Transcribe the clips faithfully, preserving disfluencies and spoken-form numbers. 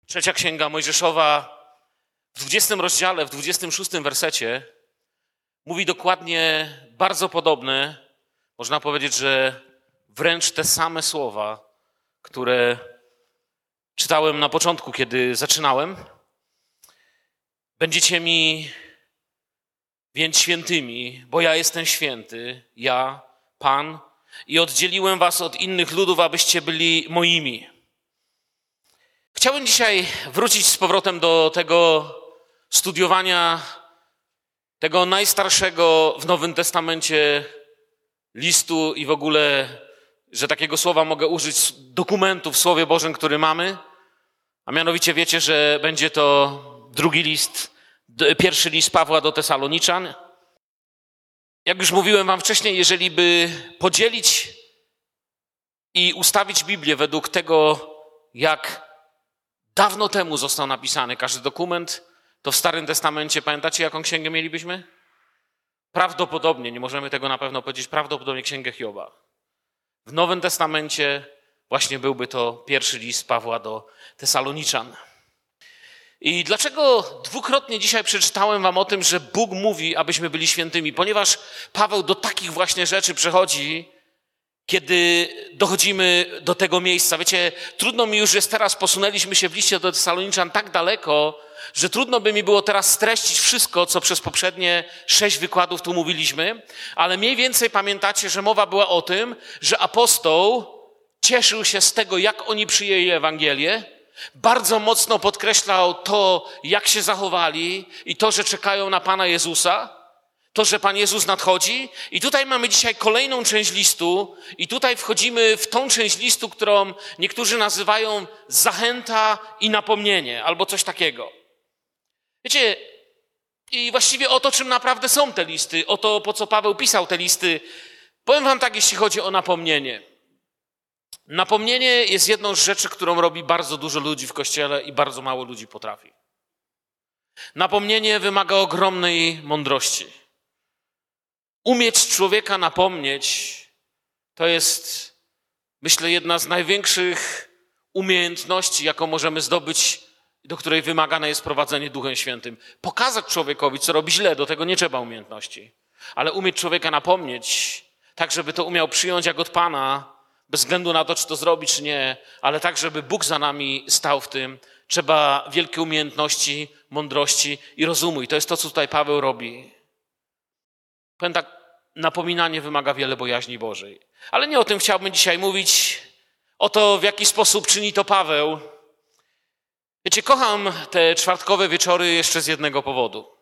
Trzecia Księga Mojżeszowa w dwudziestym rozdziale, w dwudziestym szóstym wersecie mówi dokładnie bardzo podobne, można powiedzieć, że wręcz te same słowa, które czytałem na początku, kiedy zaczynałem. Będziecie mi więc świętymi, bo ja jestem święty, ja, Pan, i oddzieliłem was od innych ludów, abyście byli moimi. Chciałem dzisiaj wrócić z powrotem do tego studiowania tego najstarszego w Nowym Testamencie listu i w ogóle, że takiego słowa mogę użyć, dokumentu w Słowie Bożym, który mamy. A mianowicie wiecie, że będzie to drugi list, pierwszy list Pawła do Tesaloniczan. Jak już mówiłem wam wcześniej, jeżeli by podzielić i ustawić Biblię według tego, jak dawno temu został napisany każdy dokument, to w Starym Testamencie, pamiętacie, jaką księgę mielibyśmy? Prawdopodobnie, nie możemy tego na pewno powiedzieć, prawdopodobnie księgę Hioba. W Nowym Testamencie właśnie byłby to pierwszy list Pawła do Tesaloniczan. I dlaczego dwukrotnie dzisiaj przeczytałem wam o tym, że Bóg mówi, abyśmy byli świętymi? Ponieważ Paweł do takich właśnie rzeczy przechodzi, kiedy dochodzimy do tego miejsca. Wiecie, trudno mi już jest teraz, posunęliśmy się w liście do Tesaloniczan tak daleko, że trudno by mi było teraz streścić wszystko, co przez poprzednie sześć wykładów tu mówiliśmy, ale mniej więcej pamiętacie, że mowa była o tym, że apostoł cieszył się z tego, jak oni przyjęli Ewangelię, bardzo mocno podkreślał to, jak się zachowali i to, że czekają na Pana Jezusa, to, że Pan Jezus nadchodzi. I tutaj mamy dzisiaj kolejną część listu i tutaj wchodzimy w tą część listu, którą niektórzy nazywają zachęta i napomnienie, albo coś takiego. Wiecie, i właściwie o to, czym naprawdę są te listy, o to, po co Paweł pisał te listy. Powiem wam tak, jeśli chodzi o napomnienie. Napomnienie jest jedną z rzeczy, którą robi bardzo dużo ludzi w Kościele i bardzo mało ludzi potrafi. Napomnienie wymaga ogromnej mądrości. Umieć człowieka napomnieć to jest, myślę, jedna z największych umiejętności, jaką możemy zdobyć, do której wymagane jest prowadzenie Duchem Świętym. Pokazać człowiekowi, co robi źle, do tego nie trzeba umiejętności. Ale umieć człowieka napomnieć, tak żeby to umiał przyjąć jak od Pana, bez względu na to, czy to zrobi, czy nie, ale tak, żeby Bóg za nami stał w tym, trzeba wielkie umiejętności, mądrości i rozumu. I to jest to, co tutaj Paweł robi. Powiem tak, napominanie wymaga wiele bojaźni Bożej. Ale nie o tym chciałbym dzisiaj mówić, o to, w jaki sposób czyni to Paweł. Wiecie, kocham te czwartkowe wieczory jeszcze z jednego powodu.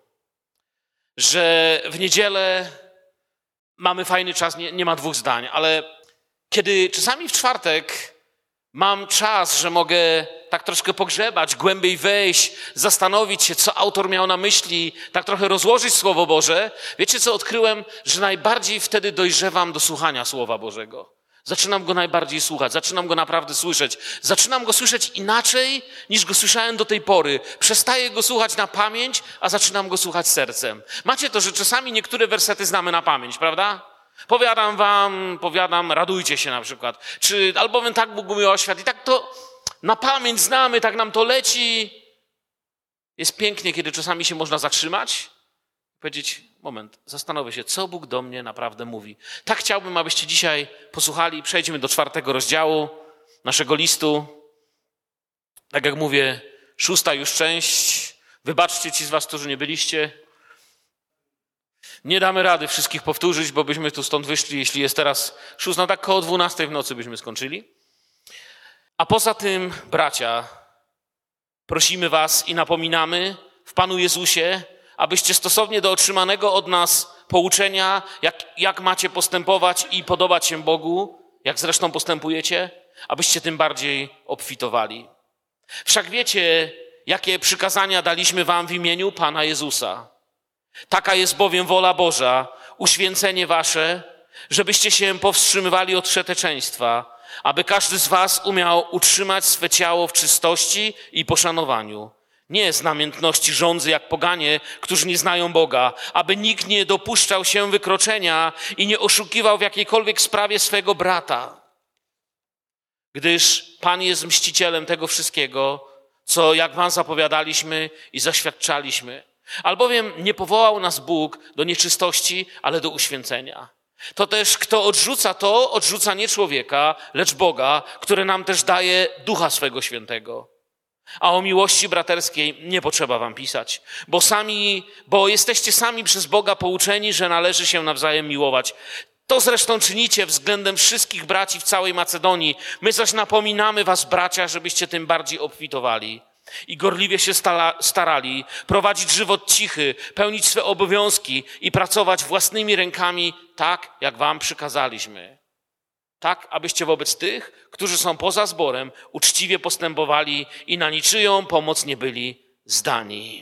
Że w niedzielę mamy fajny czas, nie, nie ma dwóch zdań, ale kiedy czasami w czwartek mam czas, że mogę tak troszkę pogrzebać, głębiej wejść, zastanowić się, co autor miał na myśli, tak trochę rozłożyć Słowo Boże, wiecie co odkryłem? Że najbardziej wtedy dojrzewam do słuchania Słowa Bożego. Zaczynam go najbardziej słuchać, zaczynam go naprawdę słyszeć. Zaczynam go słyszeć inaczej, niż go słyszałem do tej pory. Przestaję go słuchać na pamięć, a zaczynam go słuchać sercem. Macie to, że czasami niektóre wersety znamy na pamięć, prawda? Powiadam wam, powiadam, radujcie się na przykład. Czy albowiem tak Bóg umiłował świat. I tak to na pamięć znamy, tak nam to leci. Jest pięknie, kiedy czasami się można zatrzymać i powiedzieć, moment, zastanowię się, co Bóg do mnie naprawdę mówi. Tak chciałbym, abyście dzisiaj posłuchali. Przejdźmy do czwartego rozdziału naszego listu. Tak jak mówię, szósta już część. Wybaczcie ci z was, którzy nie byliście. Nie damy rady wszystkich powtórzyć, bo byśmy tu stąd wyszli, jeśli jest teraz szósta, no tak koło dwunastej w nocy byśmy skończyli. A poza tym, bracia, prosimy was i napominamy w Panu Jezusie, abyście stosownie do otrzymanego od nas pouczenia, jak, jak macie postępować i podobać się Bogu, jak zresztą postępujecie, abyście tym bardziej obfitowali. Wszak wiecie, jakie przykazania daliśmy wam w imieniu Pana Jezusa. Taka jest bowiem wola Boża, uświęcenie wasze, żebyście się powstrzymywali od wszeteczeństwa, aby każdy z was umiał utrzymać swe ciało w czystości i poszanowaniu. Nie z namiętności żądzy jak poganie, którzy nie znają Boga, aby nikt nie dopuszczał się wykroczenia i nie oszukiwał w jakiejkolwiek sprawie swego brata. Gdyż Pan jest mścicielem tego wszystkiego, co jak wam zapowiadaliśmy i zaświadczaliśmy. Albowiem nie powołał nas Bóg do nieczystości, ale do uświęcenia. To też, kto odrzuca to, odrzuca nie człowieka, lecz Boga, który nam też daje Ducha swego Świętego. A o miłości braterskiej nie potrzeba wam pisać, bo sami, bo jesteście sami przez Boga pouczeni, że należy się nawzajem miłować. To zresztą czynicie względem wszystkich braci w całej Macedonii. My zaś napominamy was, bracia, żebyście tym bardziej obfitowali i gorliwie się starali prowadzić żywot cichy, pełnić swe obowiązki i pracować własnymi rękami tak, jak wam przykazaliśmy. Tak, abyście wobec tych, którzy są poza zborem, uczciwie postępowali i na niczyją pomoc nie byli zdani.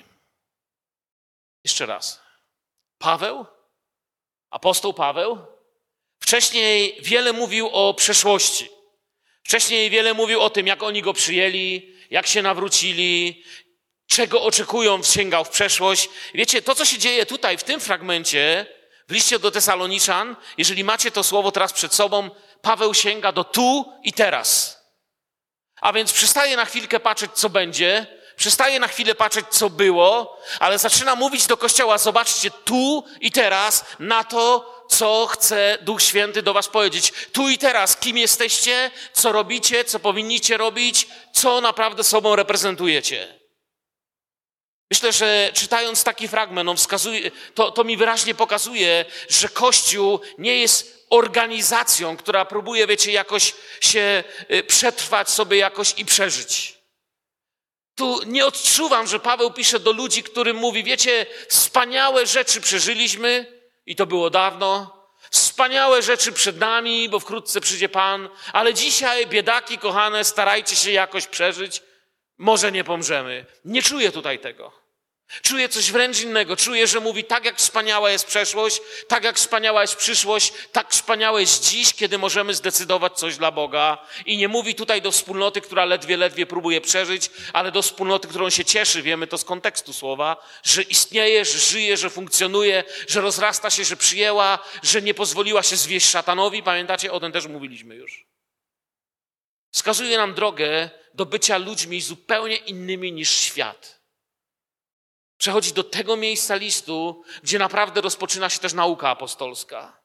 Jeszcze raz. Paweł, apostoł Paweł, wcześniej wiele mówił o przeszłości. Wcześniej wiele mówił o tym, jak oni go przyjęli, jak się nawrócili, czego oczekują, sięgał w przeszłość. Wiecie, to co się dzieje tutaj w tym fragmencie, w liście do Tesaloniczan, jeżeli macie to słowo teraz przed sobą, Paweł sięga do tu i teraz. A więc przestaje na chwilkę patrzeć, co będzie, przestaje na chwilę patrzeć, co było, ale zaczyna mówić do Kościoła, zobaczcie tu i teraz na to, co chce Duch Święty do was powiedzieć. Tu i teraz, kim jesteście, co robicie, co powinniście robić, co naprawdę sobą reprezentujecie. Myślę, że czytając taki fragment, on wskazuje, to, to mi wyraźnie pokazuje, że Kościół nie jest organizacją, która próbuje, wiecie, jakoś się przetrwać sobie jakoś i przeżyć. Tu nie odczuwam, że Paweł pisze do ludzi, którym mówi, wiecie, wspaniałe rzeczy przeżyliśmy i to było dawno, wspaniałe rzeczy przed nami, bo wkrótce przyjdzie Pan, ale dzisiaj, biedaki kochane, starajcie się jakoś przeżyć, może nie pomrzemy. Nie czuję tutaj tego. Czuję coś wręcz innego. Czuję, że mówi tak jak wspaniała jest przeszłość, tak jak wspaniała jest przyszłość, tak wspaniałe jest dziś, kiedy możemy zdecydować coś dla Boga. I nie mówi tutaj do wspólnoty, która ledwie, ledwie próbuje przeżyć, ale do wspólnoty, którą się cieszy, wiemy to z kontekstu słowa, że istnieje, że żyje, że funkcjonuje, że rozrasta się, że przyjęła, że nie pozwoliła się zwieść szatanowi. Pamiętacie? O tym też mówiliśmy już. Wskazuje nam drogę do bycia ludźmi zupełnie innymi niż świat. Przechodzi do tego miejsca listu, gdzie naprawdę rozpoczyna się też nauka apostolska.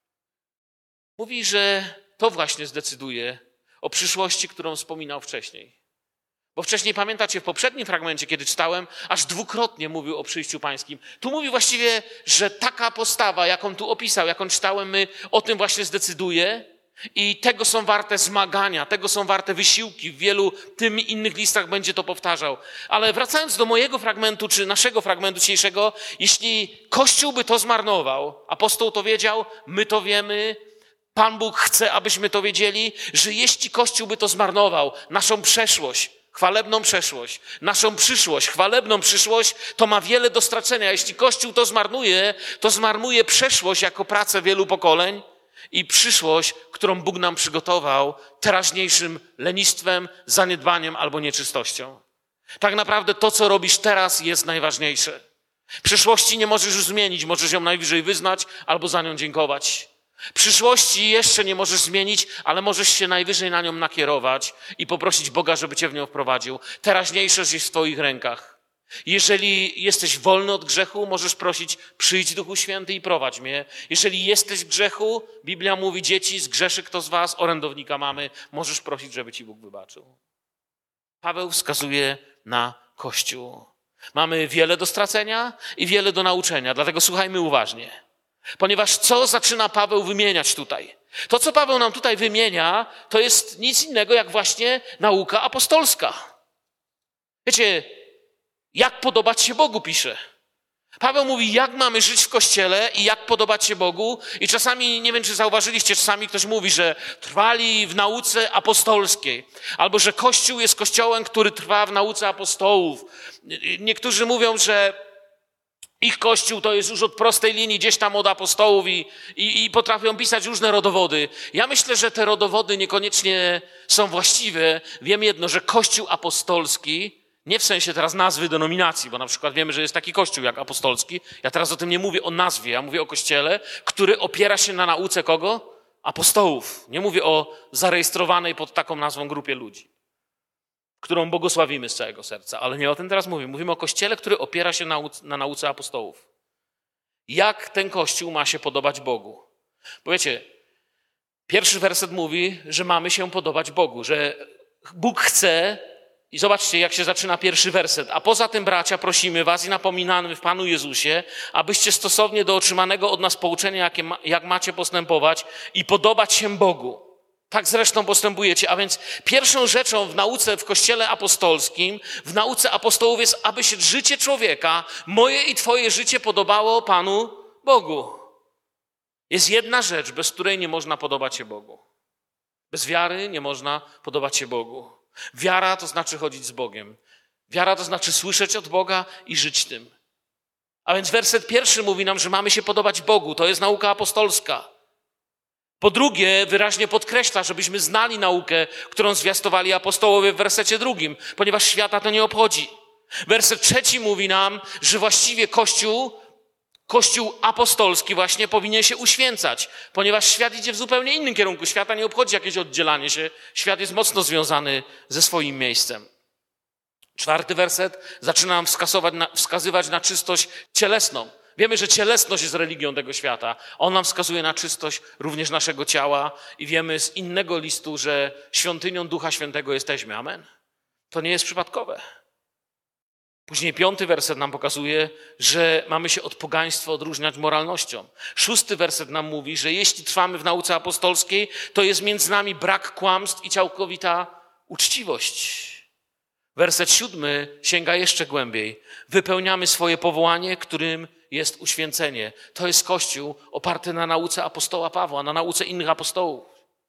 Mówi, że to właśnie zdecyduje o przyszłości, którą wspominał wcześniej. Bo wcześniej, pamiętacie, w poprzednim fragmencie, kiedy czytałem, aż dwukrotnie mówił o przyjściu pańskim. Tu mówi właściwie, że taka postawa, jaką tu opisał, jaką czytałem my, o tym właśnie zdecyduje. I tego są warte zmagania, tego są warte wysiłki. W wielu tym innych listach będzie to powtarzał. Ale wracając do mojego fragmentu, czy naszego fragmentu dzisiejszego, jeśli Kościół by to zmarnował, apostoł to wiedział, my to wiemy, Pan Bóg chce, abyśmy to wiedzieli, że jeśli Kościół by to zmarnował, naszą przeszłość, chwalebną przeszłość, naszą przyszłość, chwalebną przyszłość, to ma wiele do stracenia. Jeśli Kościół to zmarnuje, to zmarnuje przeszłość jako pracę wielu pokoleń, i przyszłość, którą Bóg nam przygotował teraźniejszym lenistwem, zaniedbaniem albo nieczystością. Tak naprawdę to, co robisz teraz, jest najważniejsze. Przyszłości nie możesz już zmienić, możesz ją najwyżej wyznać albo za nią dziękować. Przyszłości jeszcze nie możesz zmienić, ale możesz się najwyżej na nią nakierować i poprosić Boga, żeby cię w nią wprowadził. Teraźniejszość jest w twoich rękach. Jeżeli jesteś wolny od grzechu, możesz prosić, przyjdź Duchu Święty i prowadź mnie. Jeżeli jesteś w grzechu, Biblia mówi, dzieci, zgrzeszy kto z was, orędownika mamy, możesz prosić, żeby ci Bóg wybaczył. Paweł wskazuje na Kościół. Mamy wiele do stracenia i wiele do nauczenia, dlatego słuchajmy uważnie. Ponieważ co zaczyna Paweł wymieniać tutaj? To, co Paweł nam tutaj wymienia, to jest nic innego jak właśnie nauka apostolska. Wiecie, jak podobać się Bogu, pisze. Paweł mówi, jak mamy żyć w Kościele i jak podobać się Bogu. I czasami, nie wiem, czy zauważyliście, czasami ktoś mówi, że trwali w nauce apostolskiej. Albo, że Kościół jest Kościołem, który trwa w nauce apostołów. Niektórzy mówią, że ich Kościół to jest już od prostej linii, gdzieś tam od apostołów i, i, i potrafią pisać różne rodowody. Ja myślę, że te rodowody niekoniecznie są właściwe. Wiem jedno, że Kościół apostolski, nie w sensie teraz nazwy denominacji, bo na przykład wiemy, że jest taki kościół jak apostolski. Ja teraz o tym nie mówię o nazwie, ja mówię o kościele, który opiera się na nauce kogo? Apostołów. Nie mówię o zarejestrowanej pod taką nazwą grupie ludzi. którą błogosławimy z całego serca. Ale nie o tym teraz mówię. Mówimy o Kościele, który opiera się na, na nauce apostołów. Jak ten Kościół ma się podobać Bogu? Bo wiecie, pierwszy werset mówi, że mamy się podobać Bogu, że Bóg chce, i zobaczcie, jak się zaczyna pierwszy werset. A poza tym, bracia, prosimy was i napominamy w Panu Jezusie, abyście stosownie do otrzymanego od nas pouczenia, jakie ma, jak macie postępować i podobać się Bogu. Tak zresztą postępujecie. A więc pierwszą rzeczą w nauce w Kościele apostolskim, w nauce apostołów jest, aby się życie człowieka, moje i twoje życie podobało Panu Bogu. Jest jedna rzecz, bez której nie można podobać się Bogu. Bez wiary nie można podobać się Bogu. Wiara to znaczy chodzić z Bogiem. Wiara to znaczy słyszeć od Boga i żyć tym. A więc werset pierwszy mówi nam, że mamy się podobać Bogu. To jest nauka apostolska. Po drugie, wyraźnie podkreśla, żebyśmy znali naukę, którą zwiastowali apostołowie w wersecie drugim, ponieważ świata to nie obchodzi. Werset trzeci mówi nam, że właściwie Kościół, Kościół apostolski właśnie powinien się uświęcać, ponieważ świat idzie w zupełnie innym kierunku. Świata nie obchodzi jakieś oddzielanie się. Świat jest mocno związany ze swoim miejscem. Czwarty werset zaczyna nam wskazywać na, wskazywać na czystość cielesną. Wiemy, że cielesność jest religią tego świata. On nam wskazuje na czystość również naszego ciała i wiemy z innego listu, że świątynią Ducha Świętego jesteśmy. Amen. To nie jest przypadkowe. Później piąty werset nam pokazuje, że mamy się od pogaństwa odróżniać moralnością. Szósty werset nam mówi, że jeśli trwamy w nauce apostolskiej, to jest między nami brak kłamstw i całkowita uczciwość. Werset siódmy sięga jeszcze głębiej. Wypełniamy swoje powołanie, którym jest uświęcenie. To jest Kościół oparty na nauce apostoła Pawła, na nauce innych apostołów.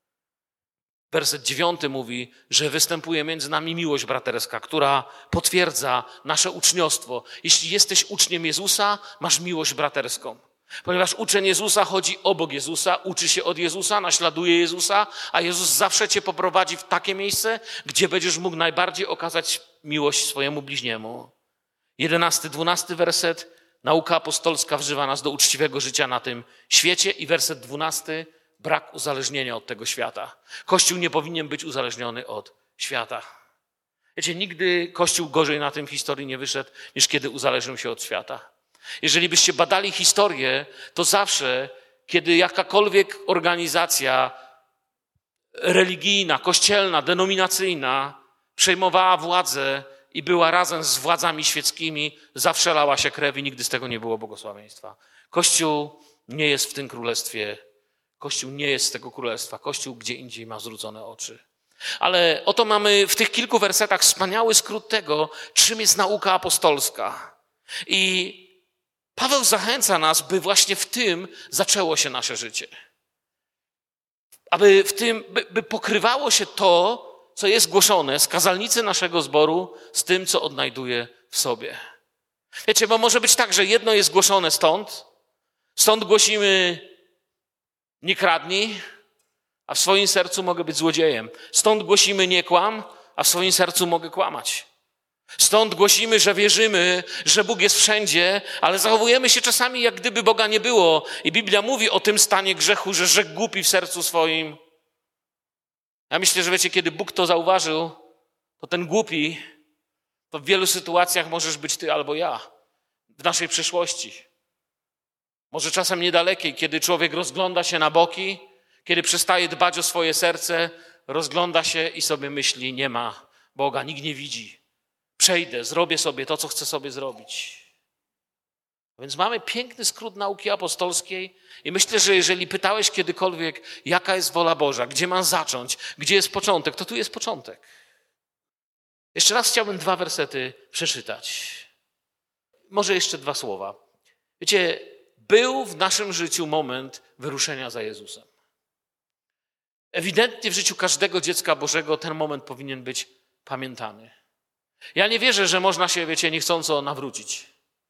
Werset dziewiąty mówi, że występuje między nami miłość braterska, która potwierdza nasze uczniostwo. Jeśli jesteś uczniem Jezusa, masz miłość braterską. Ponieważ uczeń Jezusa chodzi obok Jezusa, uczy się od Jezusa, naśladuje Jezusa, a Jezus zawsze cię poprowadzi w takie miejsce, gdzie będziesz mógł najbardziej okazać miłość swojemu bliźniemu. Jedenasty, dwunasty werset. Nauka apostolska wzywa nas do uczciwego życia na tym świecie i werset dwunasty. Brak uzależnienia od tego świata. Kościół nie powinien być uzależniony od świata. Wiecie, nigdy Kościół gorzej na tym w historii nie wyszedł, niż kiedy uzależnił się od świata. Jeżeli byście badali historię, to zawsze, kiedy jakakolwiek organizacja religijna, kościelna, denominacyjna przejmowała władzę i była razem z władzami świeckimi, zawsze lała się krew i nigdy z tego nie było błogosławieństwa. Kościół nie jest w tym królestwie. Kościół nie jest z tego królestwa. Kościół gdzie indziej ma zwrócone oczy. Ale oto mamy w tych kilku wersetach wspaniały skrót tego, czym jest nauka apostolska. I Paweł zachęca nas, by właśnie w tym zaczęło się nasze życie. Aby w tym, by, by pokrywało się to, co jest głoszone z kazalnicy naszego zboru, z tym, co odnajduje w sobie. Wiecie, bo może być tak, że jedno jest głoszone stąd, stąd głosimy nie kradnij, a w swoim sercu mogę być złodziejem. Stąd głosimy nie kłam, a w swoim sercu mogę kłamać. Stąd głosimy, że wierzymy, że Bóg jest wszędzie, ale zachowujemy się czasami, jak gdyby Boga nie było. I Biblia mówi o tym stanie grzechu, że rzekł głupi w sercu swoim. Ja myślę, że wiecie, kiedy Bóg to zauważył, to ten głupi, to w wielu sytuacjach możesz być ty albo ja w naszej przyszłości. Może czasem niedalekiej, kiedy człowiek rozgląda się na boki, kiedy przestaje dbać o swoje serce, rozgląda się i sobie myśli, nie ma Boga, nikt nie widzi. Przejdę, zrobię sobie to, co chcę sobie zrobić. Więc mamy piękny skrót nauki apostolskiej i myślę, że jeżeli pytałeś kiedykolwiek, jaka jest wola Boża, gdzie mam zacząć, gdzie jest początek, to tu jest początek. Jeszcze raz chciałbym dwa wersety przeczytać. Może jeszcze dwa słowa. Wiecie, był w naszym życiu moment wyruszenia za Jezusem. Ewidentnie w życiu każdego dziecka Bożego ten moment powinien być pamiętany. Ja nie wierzę, że można się, wiecie, niechcąco nawrócić.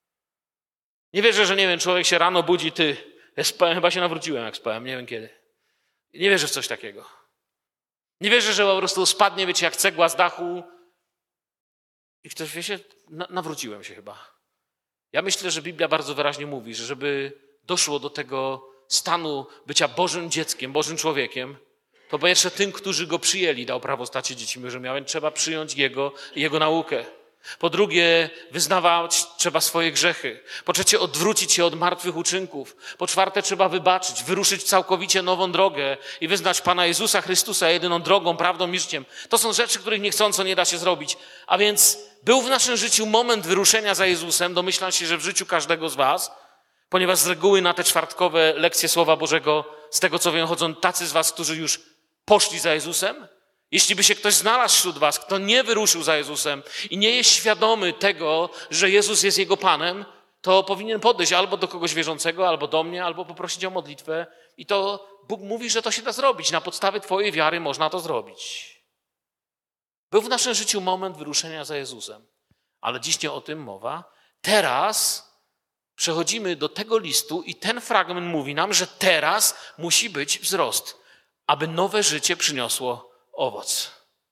Nie wierzę, że, nie wiem, człowiek się rano budzi, ty, ja spałem, chyba się nawróciłem, jak spałem, nie wiem kiedy. Nie wierzę w coś takiego. Nie wierzę, że po prostu spadnie, wiecie, jak cegła z dachu i ktoś, wiecie, na, nawróciłem się chyba. Ja myślę, że Biblia bardzo wyraźnie mówi, że żeby doszło do tego stanu bycia Bożym dzieckiem, Bożym człowiekiem, To po pierwsze tym, którzy Go przyjęli, dał prawo stać się dziećmi Bożymi, a więc trzeba przyjąć Jego, Jego naukę. Po drugie, wyznawać trzeba swoje grzechy. Po trzecie, odwrócić się od martwych uczynków. Po czwarte, trzeba wybaczyć, wyruszyć całkowicie nową drogę i wyznać Pana Jezusa Chrystusa jedyną drogą, prawdą i życiem. To są rzeczy, których niechcąco nie da się zrobić. A więc był w naszym życiu moment wyruszenia za Jezusem. Domyślam się, że w życiu każdego z was, ponieważ z reguły na te czwartkowe lekcje Słowa Bożego, z tego co wiem, chodzą tacy z was, którzy już poszli za Jezusem. Jeśli by się ktoś znalazł wśród was, kto nie wyruszył za Jezusem i nie jest świadomy tego, że Jezus jest jego Panem, to powinien podejść albo do kogoś wierzącego, albo do mnie, albo poprosić o modlitwę. I to Bóg mówi, że to się da zrobić. Na podstawie twojej wiary można to zrobić. Był w naszym życiu moment wyruszenia za Jezusem, ale dziś nie o tym mowa. Teraz przechodzimy do tego listu i ten fragment mówi nam, że teraz musi być wzrost, aby nowe życie przyniosło owoc.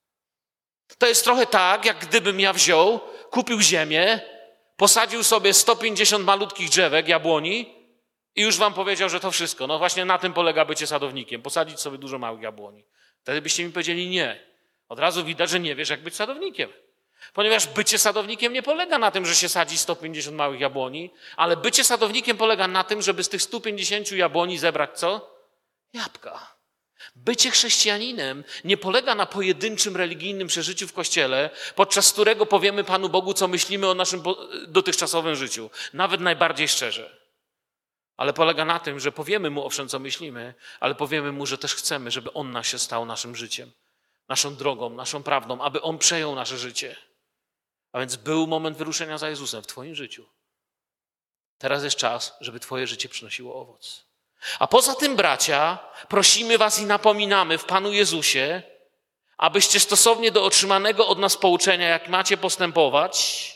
To jest trochę tak, jak gdybym ja wziął, kupił ziemię, posadził sobie sto pięćdziesiąt malutkich drzewek, jabłoni i już wam powiedział, że to wszystko. No właśnie na tym polega bycie sadownikiem. Posadzić sobie dużo małych jabłoni. Wtedy byście mi powiedzieli nie. Od razu widać, że nie wiesz, jak być sadownikiem. Ponieważ bycie sadownikiem nie polega na tym, że się sadzi sto pięćdziesiąt małych jabłoni, ale bycie sadownikiem polega na tym, żeby z tych stu pięćdziesięciu jabłoni zebrać co? Jabłka. Bycie chrześcijaninem nie polega na pojedynczym religijnym przeżyciu w Kościele, podczas którego powiemy Panu Bogu, co myślimy o naszym dotychczasowym życiu. Nawet najbardziej szczerze. Ale polega na tym, że powiemy Mu owszem, co myślimy, ale powiemy Mu, że też chcemy, żeby On nas się stał naszym życiem, naszą drogą, naszą prawdą, aby On przejął nasze życie. A więc był moment wyruszenia za Jezusem w twoim życiu. Teraz jest czas, żeby twoje życie przynosiło owoc. A poza tym, bracia, prosimy was i napominamy w Panu Jezusie, abyście stosownie do otrzymanego od nas pouczenia, jak macie postępować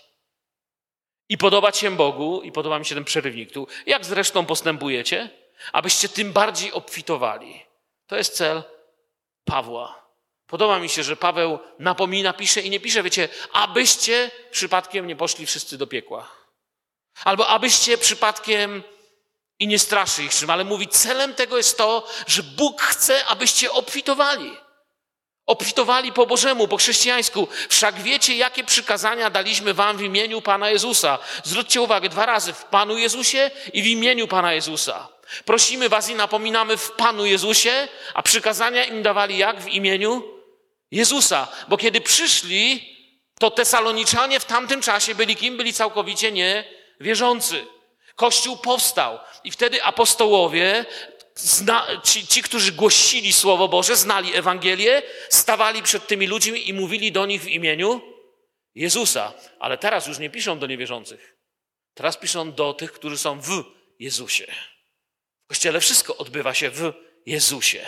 i podobać się Bogu, i podoba mi się ten przerywnik tu, jak zresztą postępujecie, abyście tym bardziej obfitowali. To jest cel Pawła. Podoba mi się, że Paweł napomina, pisze i nie pisze, wiecie, abyście przypadkiem nie poszli wszyscy do piekła. Albo abyście przypadkiem i nie straszy ich czym, ale mówi, celem tego jest to, że Bóg chce, abyście obfitowali. Obfitowali po Bożemu, po chrześcijańsku. Wszak wiecie, jakie przykazania daliśmy wam w imieniu Pana Jezusa. Zwróćcie uwagę, dwa razy w Panu Jezusie i w imieniu Pana Jezusa. Prosimy was i napominamy w Panu Jezusie, a przykazania im dawali jak? W imieniu Jezusa. Bo kiedy przyszli, to Tesaloniczanie w tamtym czasie byli kim? Byli całkowicie niewierzący. Kościół powstał i wtedy apostołowie, zna, ci, ci, którzy głosili Słowo Boże, znali Ewangelię, stawali przed tymi ludźmi i mówili do nich w imieniu Jezusa. Ale teraz już nie piszą do niewierzących. Teraz piszą do tych, którzy są w Jezusie. W Kościele wszystko odbywa się w Jezusie.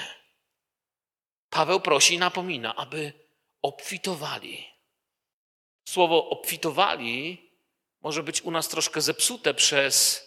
Paweł prosi i napomina, aby obfitowali. Słowo obfitowali może być u nas troszkę zepsute przez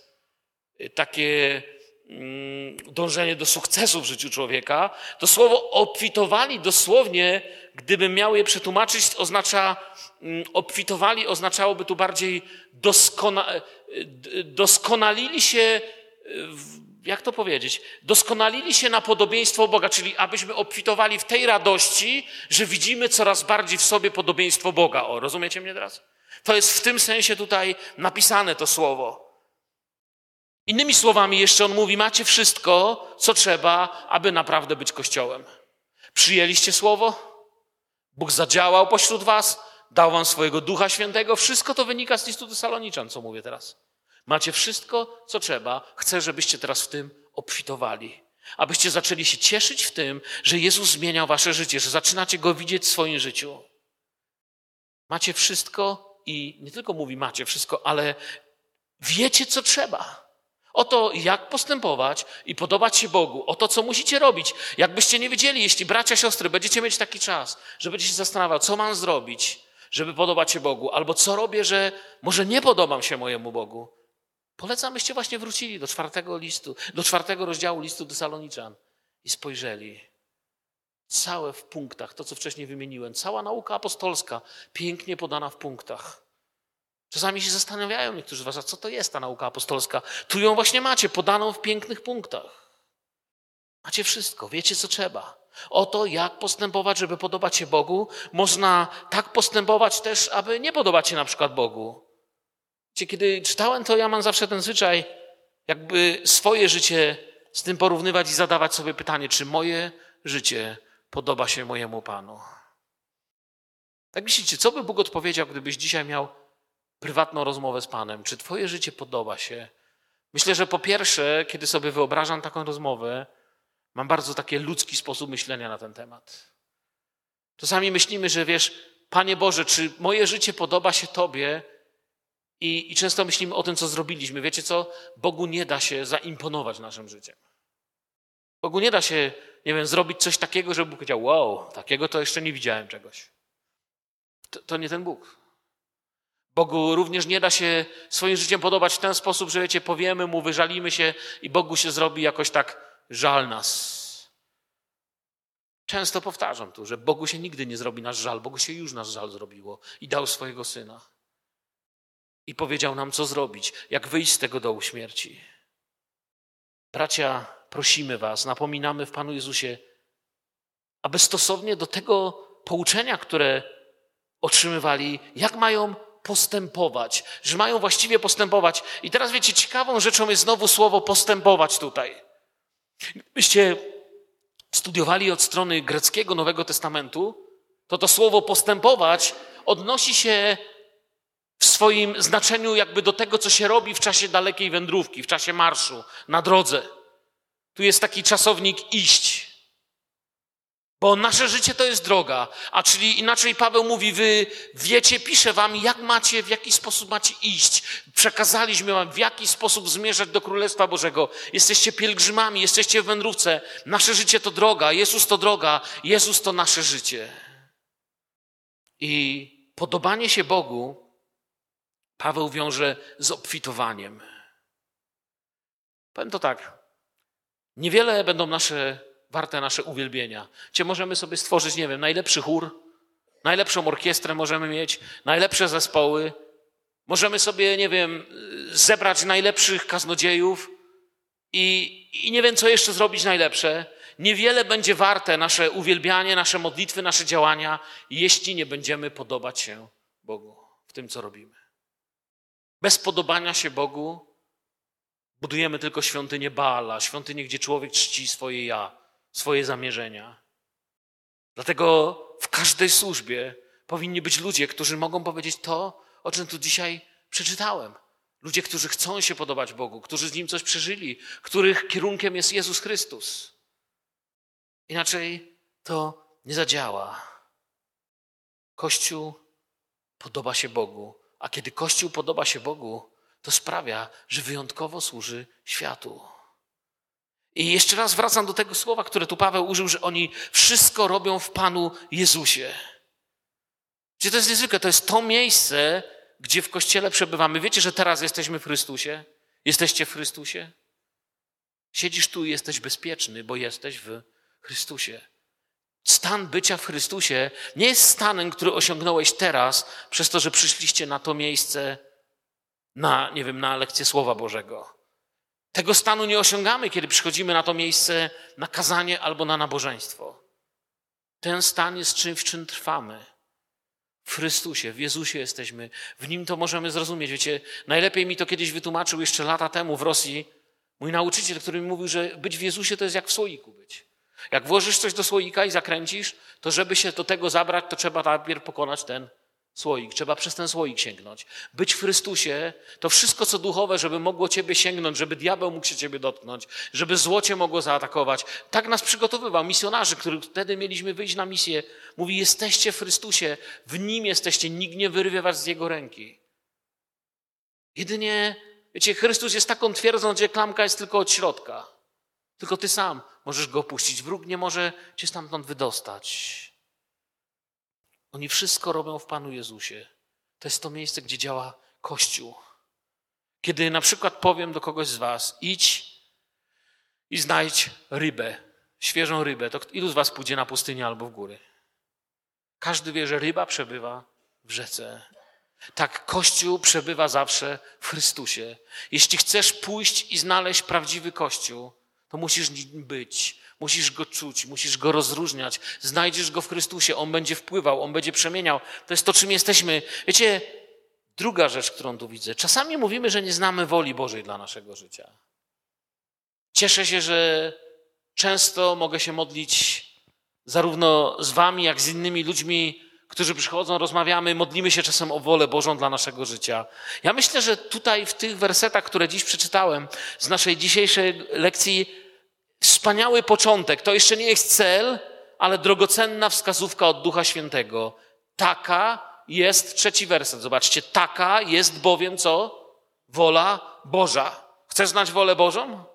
takie dążenie do sukcesu w życiu człowieka. To słowo obfitowali dosłownie, gdybym miał je przetłumaczyć, oznacza, obfitowali oznaczałoby tu bardziej doskona, doskonalili się, jak to powiedzieć, doskonalili się na podobieństwo Boga, czyli abyśmy obfitowali w tej radości, że widzimy coraz bardziej w sobie podobieństwo Boga. O, rozumiecie mnie teraz? To jest w tym sensie tutaj napisane to słowo. Innymi słowami jeszcze on mówi, macie wszystko, co trzeba, aby naprawdę być Kościołem. Przyjęliście słowo? Bóg zadziałał pośród was, dał wam swojego Ducha Świętego. Wszystko to wynika z listu Tesaloniczan, co mówię teraz. Macie wszystko, co trzeba. Chcę, żebyście teraz w tym obfitowali. Abyście zaczęli się cieszyć w tym, że Jezus zmieniał wasze życie, że zaczynacie Go widzieć w swoim życiu. Macie wszystko i nie tylko mówi macie wszystko, ale wiecie, co trzeba. O to, jak postępować i podobać się Bogu. O to, co musicie robić. Jakbyście nie wiedzieli, jeśli bracia, siostry, będziecie mieć taki czas, że będziecie się zastanawiać, co mam zrobić, żeby podobać się Bogu, albo co robię, że może nie podobam się mojemu Bogu. Polecam, byście właśnie wrócili do czwartego listu, do czwartego rozdziału listu Tesaloniczan i spojrzeli. Całe w punktach, to co wcześniej wymieniłem, cała nauka apostolska, pięknie podana w punktach. Czasami się zastanawiają niektórzy z was, a co to jest ta nauka apostolska? Tu ją właśnie macie, podaną w pięknych punktach. Macie wszystko, wiecie co trzeba. O to, jak postępować, żeby podobać się Bogu. Można tak postępować też, aby nie podobać się na przykład Bogu. Wiecie, kiedy czytałem to, ja mam zawsze ten zwyczaj, jakby swoje życie z tym porównywać i zadawać sobie pytanie, czy moje życie podoba się mojemu Panu. Tak myślicie, co by Bóg odpowiedział, gdybyś dzisiaj miał prywatną rozmowę z Panem? Czy twoje życie podoba się? Myślę, że po pierwsze, kiedy sobie wyobrażam taką rozmowę, mam bardzo taki ludzki sposób myślenia na ten temat. Czasami myślimy, że wiesz, Panie Boże, czy moje życie podoba się Tobie? I, I często myślimy o tym, co zrobiliśmy. Wiecie co? Bogu nie da się zaimponować naszym życiem. Bogu nie da się, nie wiem, zrobić coś takiego, żeby Bóg powiedział, wow, takiego to jeszcze nie widziałem czegoś. To, to nie ten Bóg. Bogu również nie da się swoim życiem podobać w ten sposób, że wiecie, powiemy Mu, wyżalimy się i Bogu się zrobi jakoś tak żal nas. Często powtarzam tu, że Bogu się nigdy nie zrobi nasz żal. Bogu się już nasz żal zrobiło i dał swojego Syna. I powiedział nam, co zrobić, jak wyjść z tego dołu śmierci. Bracia, prosimy was, napominamy w Panu Jezusie, aby stosownie do tego pouczenia, które otrzymywali, jak mają postępować, że mają właściwie postępować. I teraz wiecie, ciekawą rzeczą jest znowu słowo postępować tutaj. Gdybyście studiowali od strony greckiego Nowego Testamentu, to to słowo postępować odnosi się w swoim znaczeniu jakby do tego, co się robi w czasie dalekiej wędrówki, w czasie marszu, na drodze. Tu jest taki czasownik iść. Bo nasze życie to jest droga, a czyli inaczej Paweł mówi, wy wiecie, piszę wam, jak macie, w jaki sposób macie iść. Przekazaliśmy wam, w jaki sposób zmierzać do Królestwa Bożego. Jesteście pielgrzymami, jesteście w wędrówce. Nasze życie to droga, Jezus to droga, Jezus to nasze życie. I podobanie się Bogu Paweł wiąże z obfitowaniem. Powiem to tak, niewiele będą nasze, warte nasze uwielbienia. Gdzie możemy sobie stworzyć, nie wiem, najlepszy chór, najlepszą orkiestrę możemy mieć, najlepsze zespoły. Możemy sobie, nie wiem, zebrać najlepszych kaznodziejów i, i nie wiem, co jeszcze zrobić najlepsze. Niewiele będzie warte nasze uwielbianie, nasze modlitwy, nasze działania, jeśli nie będziemy podobać się Bogu w tym, co robimy. Bez podobania się Bogu budujemy tylko świątynię Baala, świątynię, gdzie człowiek czci swoje ja, swoje zamierzenia. Dlatego w każdej służbie powinni być ludzie, którzy mogą powiedzieć to, o czym tu dzisiaj przeczytałem. Ludzie, którzy chcą się podobać Bogu, którzy z Nim coś przeżyli, których kierunkiem jest Jezus Chrystus. Inaczej to nie zadziała. Kościół podoba się Bogu, a kiedy Kościół podoba się Bogu, to sprawia, że wyjątkowo służy światu. I jeszcze raz wracam do tego słowa, które tu Paweł użył, że oni wszystko robią w Panu Jezusie. Gdzie to jest niezwykłe, to jest to miejsce, gdzie w Kościele przebywamy. Wiecie, że teraz jesteśmy w Chrystusie? Jesteście w Chrystusie? Siedzisz tu i jesteś bezpieczny, bo jesteś w Chrystusie. Stan bycia w Chrystusie nie jest stanem, który osiągnąłeś teraz przez to, że przyszliście na to miejsce na, nie wiem, na lekcję Słowa Bożego. Tego stanu nie osiągamy, kiedy przychodzimy na to miejsce na kazanie albo na nabożeństwo. Ten stan jest czymś, w czym trwamy. W Chrystusie, w Jezusie jesteśmy. W Nim to możemy zrozumieć. Wiecie, najlepiej mi to kiedyś wytłumaczył jeszcze lata temu w Rosji mój nauczyciel, który mi mówił, że być w Jezusie to jest jak w słoiku być. Jak włożysz coś do słoika i zakręcisz, to żeby się do tego zabrać, to trzeba najpierw pokonać ten słoik. Trzeba przez ten słoik sięgnąć. Być w Chrystusie to wszystko, co duchowe, żeby mogło ciebie sięgnąć, żeby diabeł mógł się ciebie dotknąć, żeby zło cię mogło zaatakować. Tak nas przygotowywał misjonarzy, których wtedy mieliśmy wyjść na misję. Mówi, jesteście w Chrystusie, w Nim jesteście, nikt nie wyrwie was z Jego ręki. Jedynie, wiecie, Chrystus jest taką twierdzą, gdzie klamka jest tylko od środka. Tylko ty sam możesz go opuścić. Wróg nie może cię stamtąd wydostać. Oni wszystko robią w Panu Jezusie. To jest to miejsce, gdzie działa Kościół. Kiedy na przykład powiem do kogoś z was, idź i znajdź rybę, świeżą rybę, to ilu z was pójdzie na pustynię albo w góry? Każdy wie, że ryba przebywa w rzece. Tak Kościół przebywa zawsze w Chrystusie. Jeśli chcesz pójść i znaleźć prawdziwy Kościół, to musisz nim być, musisz go czuć, musisz go rozróżniać. Znajdziesz go w Chrystusie, on będzie wpływał, on będzie przemieniał. To jest to, czym jesteśmy. Wiecie, druga rzecz, którą tu widzę. Czasami mówimy, że nie znamy woli Bożej dla naszego życia. Cieszę się, że często mogę się modlić zarówno z wami, jak z innymi ludźmi, którzy przychodzą, rozmawiamy, modlimy się czasem o wolę Bożą dla naszego życia. Ja myślę, że tutaj w tych wersetach, które dziś przeczytałem z naszej dzisiejszej lekcji, wspaniały początek. To jeszcze nie jest cel, ale drogocenna wskazówka od Ducha Świętego. Taka jest, trzeci werset, zobaczcie, taka jest bowiem co? Wola Boża. Chcesz znać wolę Bożą?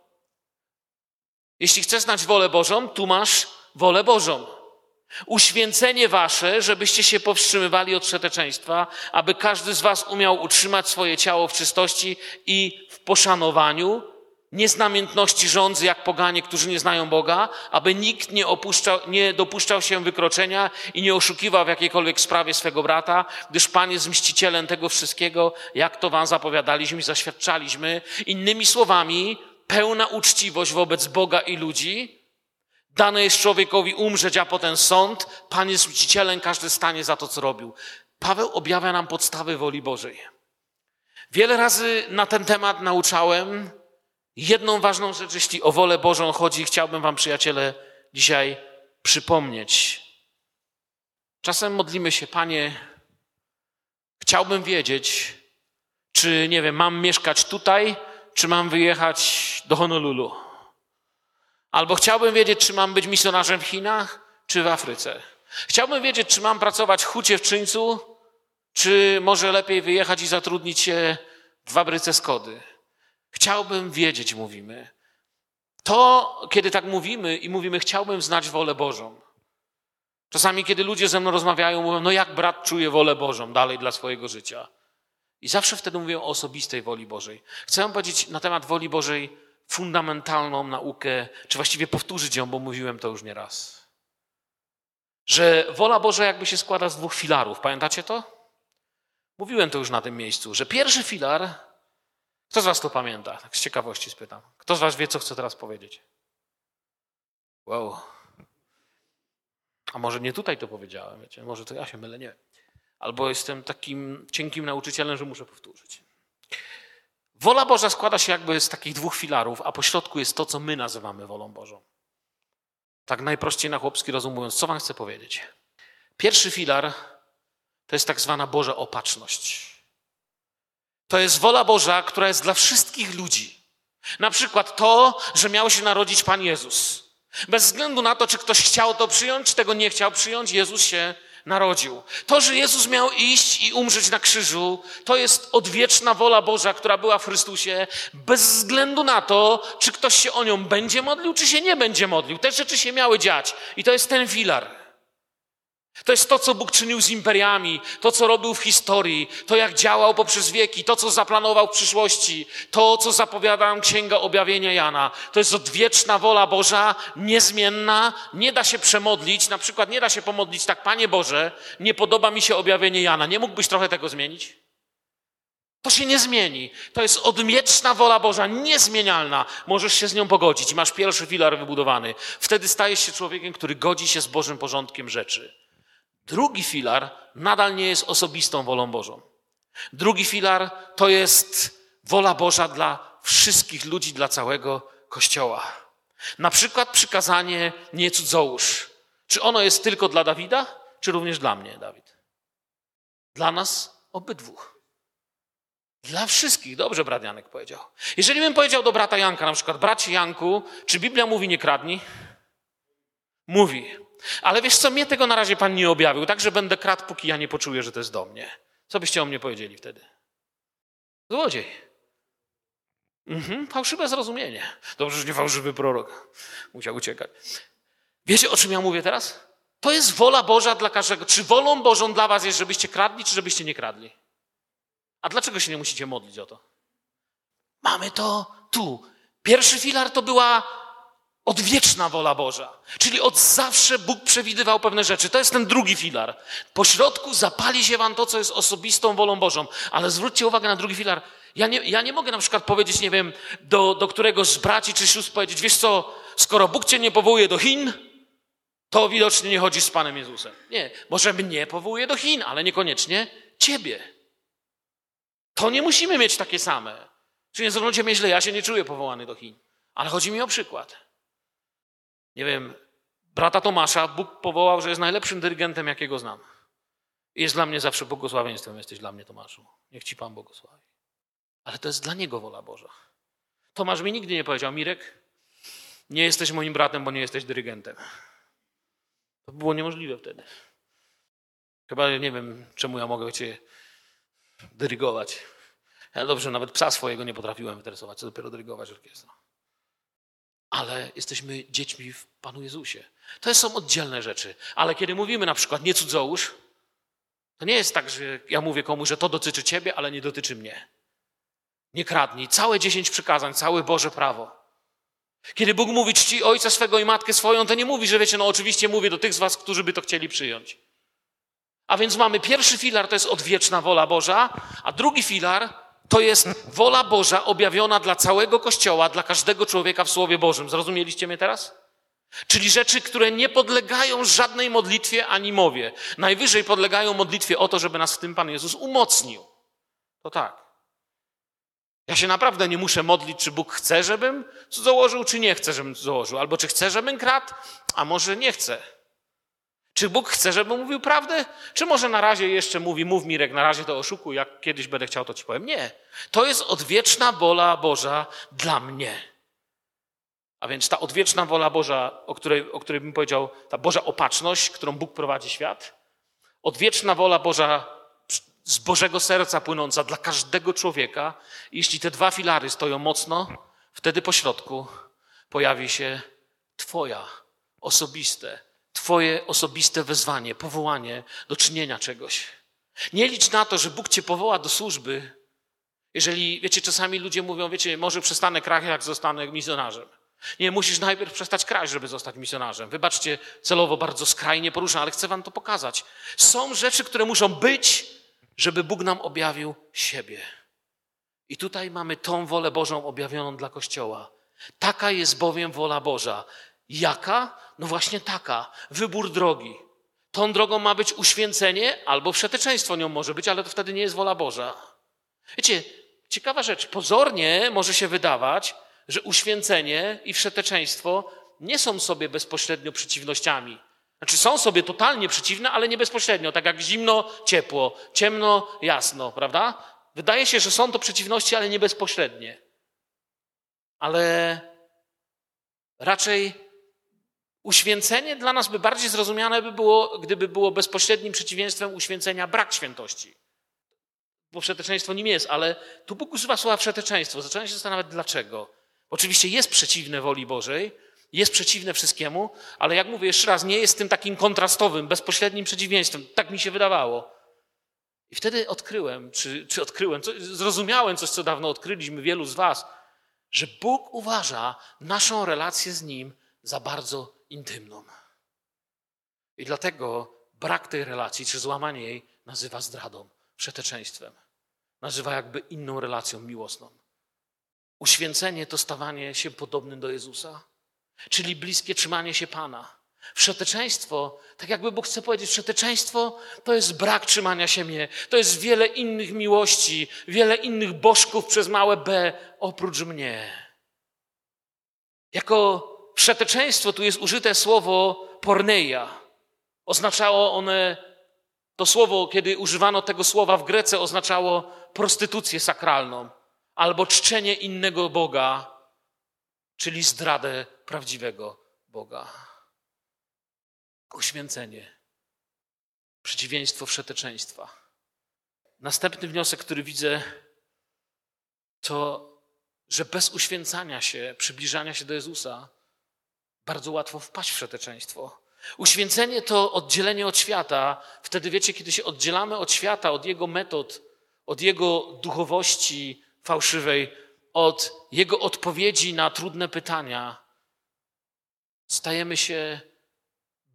Jeśli chcesz znać wolę Bożą, tu masz wolę Bożą. Uświęcenie wasze, żebyście się powstrzymywali od wszeteczeństwa, aby każdy z was umiał utrzymać swoje ciało w czystości i w poszanowaniu, nie z namiętności żądzy jak poganie, którzy nie znają Boga, aby nikt nie, opuszczał, nie dopuszczał się wykroczenia i nie oszukiwał w jakiejkolwiek sprawie swego brata, gdyż Pan jest mścicielem tego wszystkiego, jak to wam zapowiadaliśmy i zaświadczaliśmy. Innymi słowami, pełna uczciwość wobec Boga i ludzi. Dane jest człowiekowi umrzeć, a potem sąd. Pan jest mścicielem, każdy stanie za to, co robił. Paweł objawia nam podstawy woli Bożej. Wiele razy na ten temat nauczałem. Jedną ważną rzecz, jeśli o wolę Bożą chodzi, chciałbym wam, przyjaciele, dzisiaj przypomnieć. Czasem modlimy się, Panie, chciałbym wiedzieć, czy, nie wiem, mam mieszkać tutaj, czy mam wyjechać do Honolulu. Albo chciałbym wiedzieć, czy mam być misjonarzem w Chinach, czy w Afryce. Chciałbym wiedzieć, czy mam pracować w hucie w Czyńcu, czy może lepiej wyjechać i zatrudnić się w fabryce Skody. Chciałbym wiedzieć, mówimy. To, kiedy tak mówimy i mówimy, chciałbym znać wolę Bożą. Czasami, kiedy ludzie ze mną rozmawiają, mówią, no jak brat czuje wolę Bożą dalej dla swojego życia. I zawsze wtedy mówię o osobistej woli Bożej. Chcę wam powiedzieć na temat woli Bożej fundamentalną naukę, czy właściwie powtórzyć ją, bo mówiłem to już nie raz. Że wola Boża jakby się składa z dwóch filarów. Pamiętacie to? Mówiłem to już na tym miejscu, że pierwszy filar, kto z was to pamięta? Tak z ciekawości spytam. Kto z was wie, co chcę teraz powiedzieć? Wow. A może nie tutaj to powiedziałem, wiecie? Może to ja się mylę, nie wiem. Albo jestem takim cienkim nauczycielem, że muszę powtórzyć. Wola Boża składa się jakby z takich dwóch filarów, a po środku jest to, co my nazywamy wolą Bożą. Tak najprościej na chłopski rozum mówiąc, co wam chcę powiedzieć? Pierwszy filar to jest tak zwana Boża opatrzność. To jest wola Boża, która jest dla wszystkich ludzi. Na przykład to, że miał się narodzić Pan Jezus. Bez względu na to, czy ktoś chciał to przyjąć, czy tego nie chciał przyjąć, Jezus się narodził. To, że Jezus miał iść i umrzeć na krzyżu, to jest odwieczna wola Boża, która była w Chrystusie, bez względu na to, czy ktoś się o nią będzie modlił, czy się nie będzie modlił. Te rzeczy się miały dziać. I to jest ten filar. To jest to, co Bóg czynił z imperiami, to, co robił w historii, to, jak działał poprzez wieki, to, co zaplanował w przyszłości, to, co zapowiada nam Księga Objawienia Jana. To jest odwieczna wola Boża, niezmienna, nie da się przemodlić, na przykład nie da się pomodlić tak, Panie Boże, nie podoba mi się objawienie Jana, nie mógłbyś trochę tego zmienić? To się nie zmieni. To jest odwieczna wola Boża, niezmienialna. Możesz się z nią pogodzić. Masz pierwszy filar wybudowany. Wtedy stajesz się człowiekiem, który godzi się z Bożym porządkiem rzeczy. Drugi filar nadal nie jest osobistą wolą Bożą. Drugi filar to jest wola Boża dla wszystkich ludzi, dla całego Kościoła. Na przykład przykazanie nie cudzołóż. Czy ono jest tylko dla Dawida, czy również dla mnie, Dawid? Dla nas obydwu. Dla wszystkich. Dobrze brat Janek powiedział. Jeżeli bym powiedział do brata Janka, na przykład, bracie Janku, czy Biblia mówi nie kradnij? Mówi. Ale wiesz co, mnie tego na razie Pan nie objawił, tak, że będę kradł, póki ja nie poczuję, że to jest do mnie. Co byście o mnie powiedzieli wtedy? Złodziej. Mhm, fałszywe zrozumienie. Dobrze, że nie fałszywy prorok. Musiał uciekać. Wiecie, o czym ja mówię teraz? To jest wola Boża dla każdego. Czy wolą Bożą dla was jest, żebyście kradli, czy żebyście nie kradli? A dlaczego się nie musicie modlić o to? Mamy to tu. Pierwszy filar to była odwieczna wola Boża. Czyli od zawsze Bóg przewidywał pewne rzeczy. To jest ten drugi filar. Po środku zapali się wam to, co jest osobistą wolą Bożą. Ale zwróćcie uwagę na drugi filar. Ja nie, ja nie mogę na przykład powiedzieć, nie wiem, do, do któregoś z braci czy sióstr powiedzieć, wiesz co, skoro Bóg cię nie powołuje do Chin, to widocznie nie chodzisz z Panem Jezusem. Nie, może mnie powołuje do Chin, ale niekoniecznie ciebie. To nie musimy mieć takie same. Czy nie zrozumcie mnie źle, ja się nie czuję powołany do Chin, ale chodzi mi o przykład. Nie wiem, brata Tomasza Bóg powołał, że jest najlepszym dyrygentem, jakiego znam. I jest dla mnie zawsze błogosławieństwem, jesteś dla mnie, Tomaszu. Niech ci Pan błogosławi. Ale to jest dla Niego wola Boża. Tomasz mi nigdy nie powiedział, Mirek, nie jesteś moim bratem, bo nie jesteś dyrygentem. To było niemożliwe wtedy. Chyba nie wiem, czemu ja mogę cię dyrygować. Ja dobrze, nawet psa swojego nie potrafiłem wytresować, co dopiero dyrygować orkiestrą. Ale jesteśmy dziećmi w Panu Jezusie. To są oddzielne rzeczy. Ale kiedy mówimy na przykład nie cudzołóż, to nie jest tak, że ja mówię komuś, że to dotyczy ciebie, ale nie dotyczy mnie. Nie kradnij. Całe dziesięć przykazań, całe Boże prawo. Kiedy Bóg mówi czci ojca swego i matkę swoją, to nie mówi, że wiecie, no oczywiście mówię do tych z was, którzy by to chcieli przyjąć. A więc mamy pierwszy filar, to jest odwieczna wola Boża, a drugi filar to jest wola Boża objawiona dla całego Kościoła, dla każdego człowieka w Słowie Bożym. Zrozumieliście mnie teraz? Czyli rzeczy, które nie podlegają żadnej modlitwie ani mowie. Najwyżej podlegają modlitwie o to, żeby nas w tym Pan Jezus umocnił. To tak. Ja się naprawdę nie muszę modlić, czy Bóg chce, żebym cudzołożył, czy nie chce, żebym cudzołożył. Albo czy chce, żebym kradł, a może nie chce. Czy Bóg chce, żebym mówił prawdę? Czy może na razie jeszcze mówi, mów Mirek, na razie to oszukuj, jak kiedyś będę chciał, to ci powiem. Nie. To jest odwieczna wola Boża dla mnie. A więc ta odwieczna wola Boża, o której, o której bym powiedział, ta Boża opatrzność, którą Bóg prowadzi świat, odwieczna wola Boża z Bożego serca płynąca dla każdego człowieka. Jeśli te dwa filary stoją mocno, wtedy po środku pojawi się Twoja osobiste, Twoje osobiste wezwanie, powołanie do czynienia czegoś. Nie licz na to, że Bóg cię powoła do służby, jeżeli, wiecie, czasami ludzie mówią, wiecie, może przestanę kraść, jak zostanę misjonarzem. Nie, musisz najpierw przestać kraść, żeby zostać misjonarzem. Wybaczcie, celowo bardzo skrajnie poruszam, ale chcę wam to pokazać. Są rzeczy, które muszą być, żeby Bóg nam objawił siebie. I tutaj mamy tą wolę Bożą objawioną dla Kościoła. Taka jest bowiem wola Boża. Jaka? No właśnie taka. Wybór drogi. Tą drogą ma być uświęcenie albo wszeteczeństwo nią może być, ale to wtedy nie jest wola Boża. Wiecie, ciekawa rzecz. Pozornie może się wydawać, że uświęcenie i wszeteczeństwo nie są sobie bezpośrednio przeciwnościami. Znaczy są sobie totalnie przeciwne, ale nie bezpośrednio. Tak jak zimno, ciepło, ciemno, jasno, prawda? Wydaje się, że są to przeciwności, ale nie bezpośrednie. Ale raczej uświęcenie dla nas by bardziej zrozumiane by było, gdyby było bezpośrednim przeciwieństwem uświęcenia brak świętości. Bo wszeteczeństwo nim jest, ale tu Bóg używa słowa wszeteczeństwo. Zacząłem się zastanawiać, dlaczego. Oczywiście jest przeciwne woli Bożej, jest przeciwne wszystkiemu, ale jak mówię jeszcze raz, nie jest tym takim kontrastowym, bezpośrednim przeciwieństwem. Tak mi się wydawało. I wtedy odkryłem, czy, czy odkryłem, co, zrozumiałem coś, co dawno odkryliśmy, wielu z was, że Bóg uważa naszą relację z Nim za bardzo intymną. I dlatego brak tej relacji, czy złamanie jej nazywa zdradą, wszeteczeństwem. Nazywa jakby inną relacją miłosną. Uświęcenie to stawanie się podobnym do Jezusa, czyli bliskie trzymanie się Pana. Wszeteczeństwo, tak jakby Bóg chce powiedzieć, wszeteczeństwo to jest brak trzymania się mnie. To jest wiele innych miłości, wiele innych bożków przez małe b oprócz mnie. Jako wszeteczeństwo tu jest użyte słowo porneia. Oznaczało one, to słowo, kiedy używano tego słowa w Grece, oznaczało prostytucję sakralną albo czczenie innego Boga, czyli zdradę prawdziwego Boga. Uświęcenie. Przeciwieństwo wszeteczeństwa. Następny wniosek, który widzę, to, że bez uświęcania się, przybliżania się do Jezusa, bardzo łatwo wpaść w wszeteczeństwo. Uświęcenie to oddzielenie od świata. Wtedy wiecie, kiedy się oddzielamy od świata, od jego metod, od jego duchowości fałszywej, od jego odpowiedzi na trudne pytania, stajemy się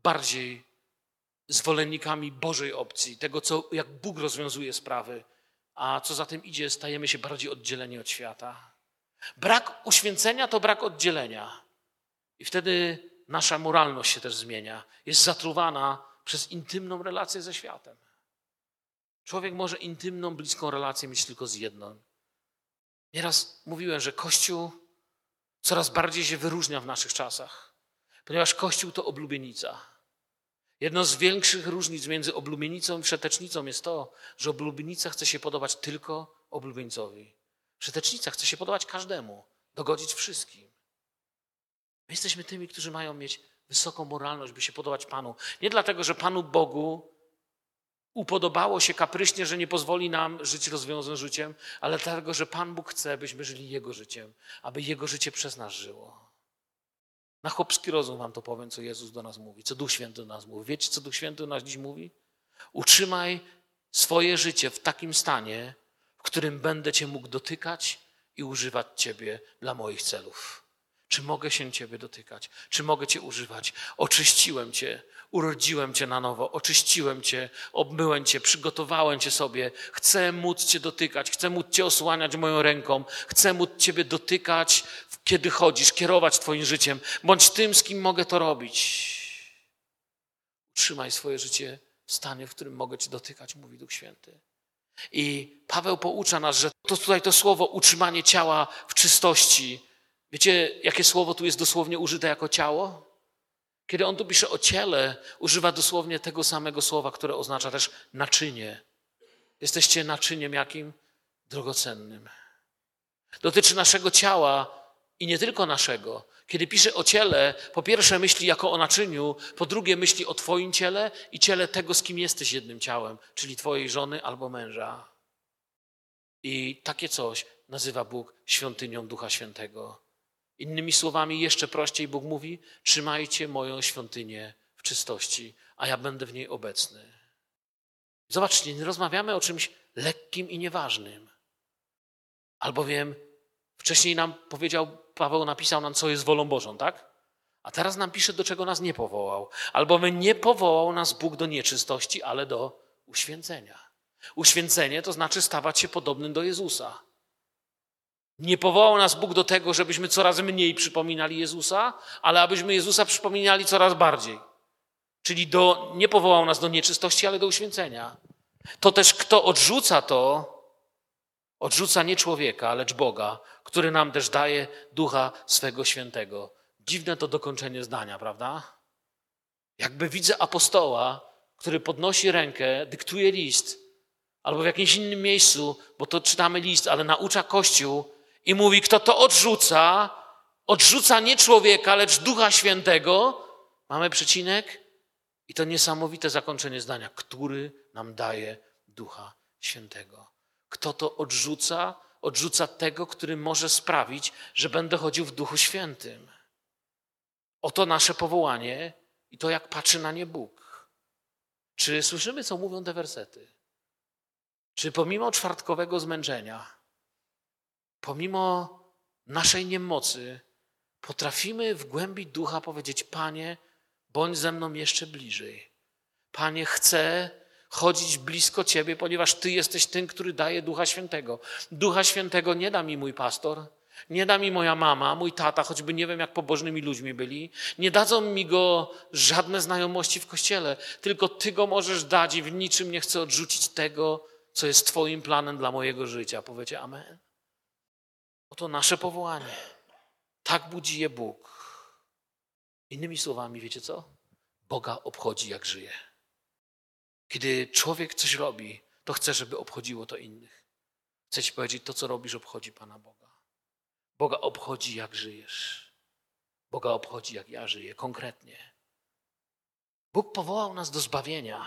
bardziej zwolennikami Bożej opcji, tego, co, jak Bóg rozwiązuje sprawy, a co za tym idzie, stajemy się bardziej oddzieleni od świata. Brak uświęcenia to brak oddzielenia. I wtedy nasza moralność się też zmienia. Jest zatruwana przez intymną relację ze światem. Człowiek może intymną, bliską relację mieć tylko z jedną. Nieraz mówiłem, że Kościół coraz bardziej się wyróżnia w naszych czasach, ponieważ Kościół to oblubienica. Jedną z większych różnic między oblubienicą i wszetecznicą jest to, że oblubienica chce się podobać tylko oblubieńcowi. Wszetecznica chce się podobać każdemu, dogodzić wszystkim. My jesteśmy tymi, którzy mają mieć wysoką moralność, by się podobać Panu. Nie dlatego, że Panu Bogu upodobało się kapryśnie, że nie pozwoli nam żyć rozwiązanym życiem, ale dlatego, że Pan Bóg chce, byśmy żyli Jego życiem, aby Jego życie przez nas żyło. Na chłopski rozum wam to powiem, co Jezus do nas mówi, co Duch Święty do nas mówi. Wiecie, co Duch Święty do nas dziś mówi? Utrzymaj swoje życie w takim stanie, w którym będę Cię mógł dotykać i używać Ciebie dla moich celów. Czy mogę się Ciebie dotykać? Czy mogę Cię używać? Oczyściłem Cię, urodziłem Cię na nowo, oczyściłem Cię, obmyłem Cię, przygotowałem Cię sobie. Chcę móc Cię dotykać, chcę móc Cię osłaniać moją ręką, chcę móc Ciebie dotykać, kiedy chodzisz, kierować Twoim życiem. Bądź tym, z kim mogę to robić. Utrzymaj swoje życie w stanie, w którym mogę Cię dotykać, mówi Duch Święty. I Paweł poucza nas, że to tutaj to słowo utrzymanie ciała w czystości. Wiecie, jakie słowo tu jest dosłownie użyte jako ciało? Kiedy on tu pisze o ciele, używa dosłownie tego samego słowa, które oznacza też naczynie. Jesteście naczyniem jakim? Drogocennym. Dotyczy naszego ciała i nie tylko naszego. Kiedy pisze o ciele, po pierwsze myśli jako o naczyniu, po drugie myśli o twoim ciele i ciele tego, z kim jesteś jednym ciałem, czyli twojej żony albo męża. I takie coś nazywa Bóg świątynią Ducha Świętego. Innymi słowami, jeszcze prościej Bóg mówi, trzymajcie moją świątynię w czystości, a ja będę w niej obecny. Zobaczcie, nie rozmawiamy o czymś lekkim i nieważnym. Albowiem wcześniej nam powiedział, Paweł napisał nam, co jest wolą Bożą, tak? A teraz nam pisze, do czego nas nie powołał. Albowiem nie powołał nas Bóg do nieczystości, ale do uświęcenia. Uświęcenie to znaczy stawać się podobnym do Jezusa. Nie powołał nas Bóg do tego, żebyśmy coraz mniej przypominali Jezusa, ale abyśmy Jezusa przypominali coraz bardziej. Czyli do, nie powołał nas do nieczystości, ale do uświęcenia. To też kto odrzuca to, odrzuca nie człowieka, lecz Boga, który nam też daje Ducha swego Świętego. Dziwne to dokończenie zdania, prawda? Jakby widzę apostoła, który podnosi rękę, dyktuje list, albo w jakimś innym miejscu, bo to czytamy list, ale naucza Kościół i mówi, kto to odrzuca, odrzuca nie człowieka, lecz Ducha Świętego. Mamy przecinek i to niesamowite zakończenie zdania, który nam daje Ducha Świętego. Kto to odrzuca? Odrzuca tego, który może sprawić, że będę chodził w Duchu Świętym. Oto nasze powołanie i to, jak patrzy na nie Bóg. Czy słyszymy, co mówią te wersety? Czy pomimo czwartkowego zmęczenia, pomimo naszej niemocy, potrafimy w głębi ducha powiedzieć, Panie, bądź ze mną jeszcze bliżej. Panie, chcę chodzić blisko Ciebie, ponieważ Ty jesteś tym, który daje Ducha Świętego. Ducha Świętego nie da mi mój pastor, nie da mi moja mama, mój tata, choćby nie wiem, jak pobożnymi ludźmi byli. Nie dadzą mi go żadne znajomości w Kościele, tylko Ty go możesz dać i w niczym nie chcę odrzucić tego, co jest Twoim planem dla mojego życia. Powiecie amen? Oto nasze powołanie. Tak budzi je Bóg. Innymi słowami, wiecie co? Boga obchodzi, jak żyje. Kiedy człowiek coś robi, to chce, żeby obchodziło to innych. Chcę Ci powiedzieć, to co robisz obchodzi Pana Boga. Boga obchodzi, jak żyjesz. Boga obchodzi, jak ja żyję, konkretnie. Bóg powołał nas do zbawienia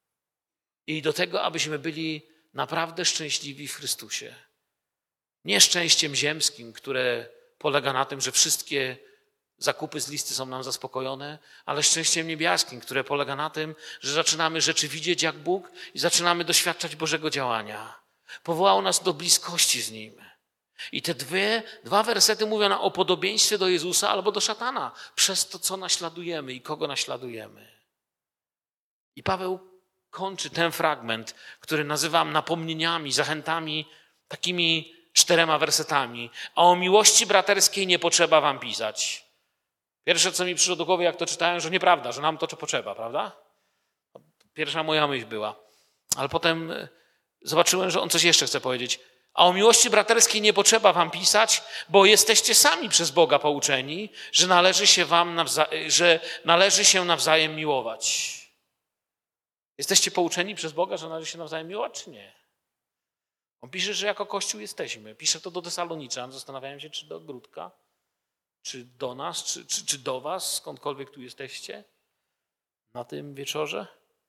i do tego, abyśmy byli naprawdę szczęśliwi w Chrystusie. Nie szczęściem ziemskim, które polega na tym, że wszystkie zakupy z listy są nam zaspokojone, ale szczęściem niebiańskim, które polega na tym, że zaczynamy rzeczy widzieć jak Bóg i zaczynamy doświadczać Bożego działania. Powołał nas do bliskości z Nim. I te dwie, dwa wersety mówią nam o podobieństwie do Jezusa albo do szatana, przez to, co naśladujemy i kogo naśladujemy. I Paweł kończy ten fragment, który nazywam napomnieniami, zachętami, takimi czterema wersetami. A o miłości braterskiej nie potrzeba wam pisać. Pierwsze, co mi przyszło do głowy, jak to czytałem, że nieprawda, że nam to potrzeba, prawda? Pierwsza moja myśl była. Ale potem zobaczyłem, że on coś jeszcze chce powiedzieć. A o miłości braterskiej nie potrzeba wam pisać, bo jesteście sami przez Boga pouczeni, że należy się wam nawza- że należy się nawzajem miłować. Jesteście pouczeni przez Boga, że należy się nawzajem miłować, czy nie? On pisze, że jako Kościół jesteśmy. Pisze to do Tesaloniczan. Zastanawiałem się, czy do Grudka, czy do nas, czy, czy, czy do was, skądkolwiek tu jesteście na tym wieczorze.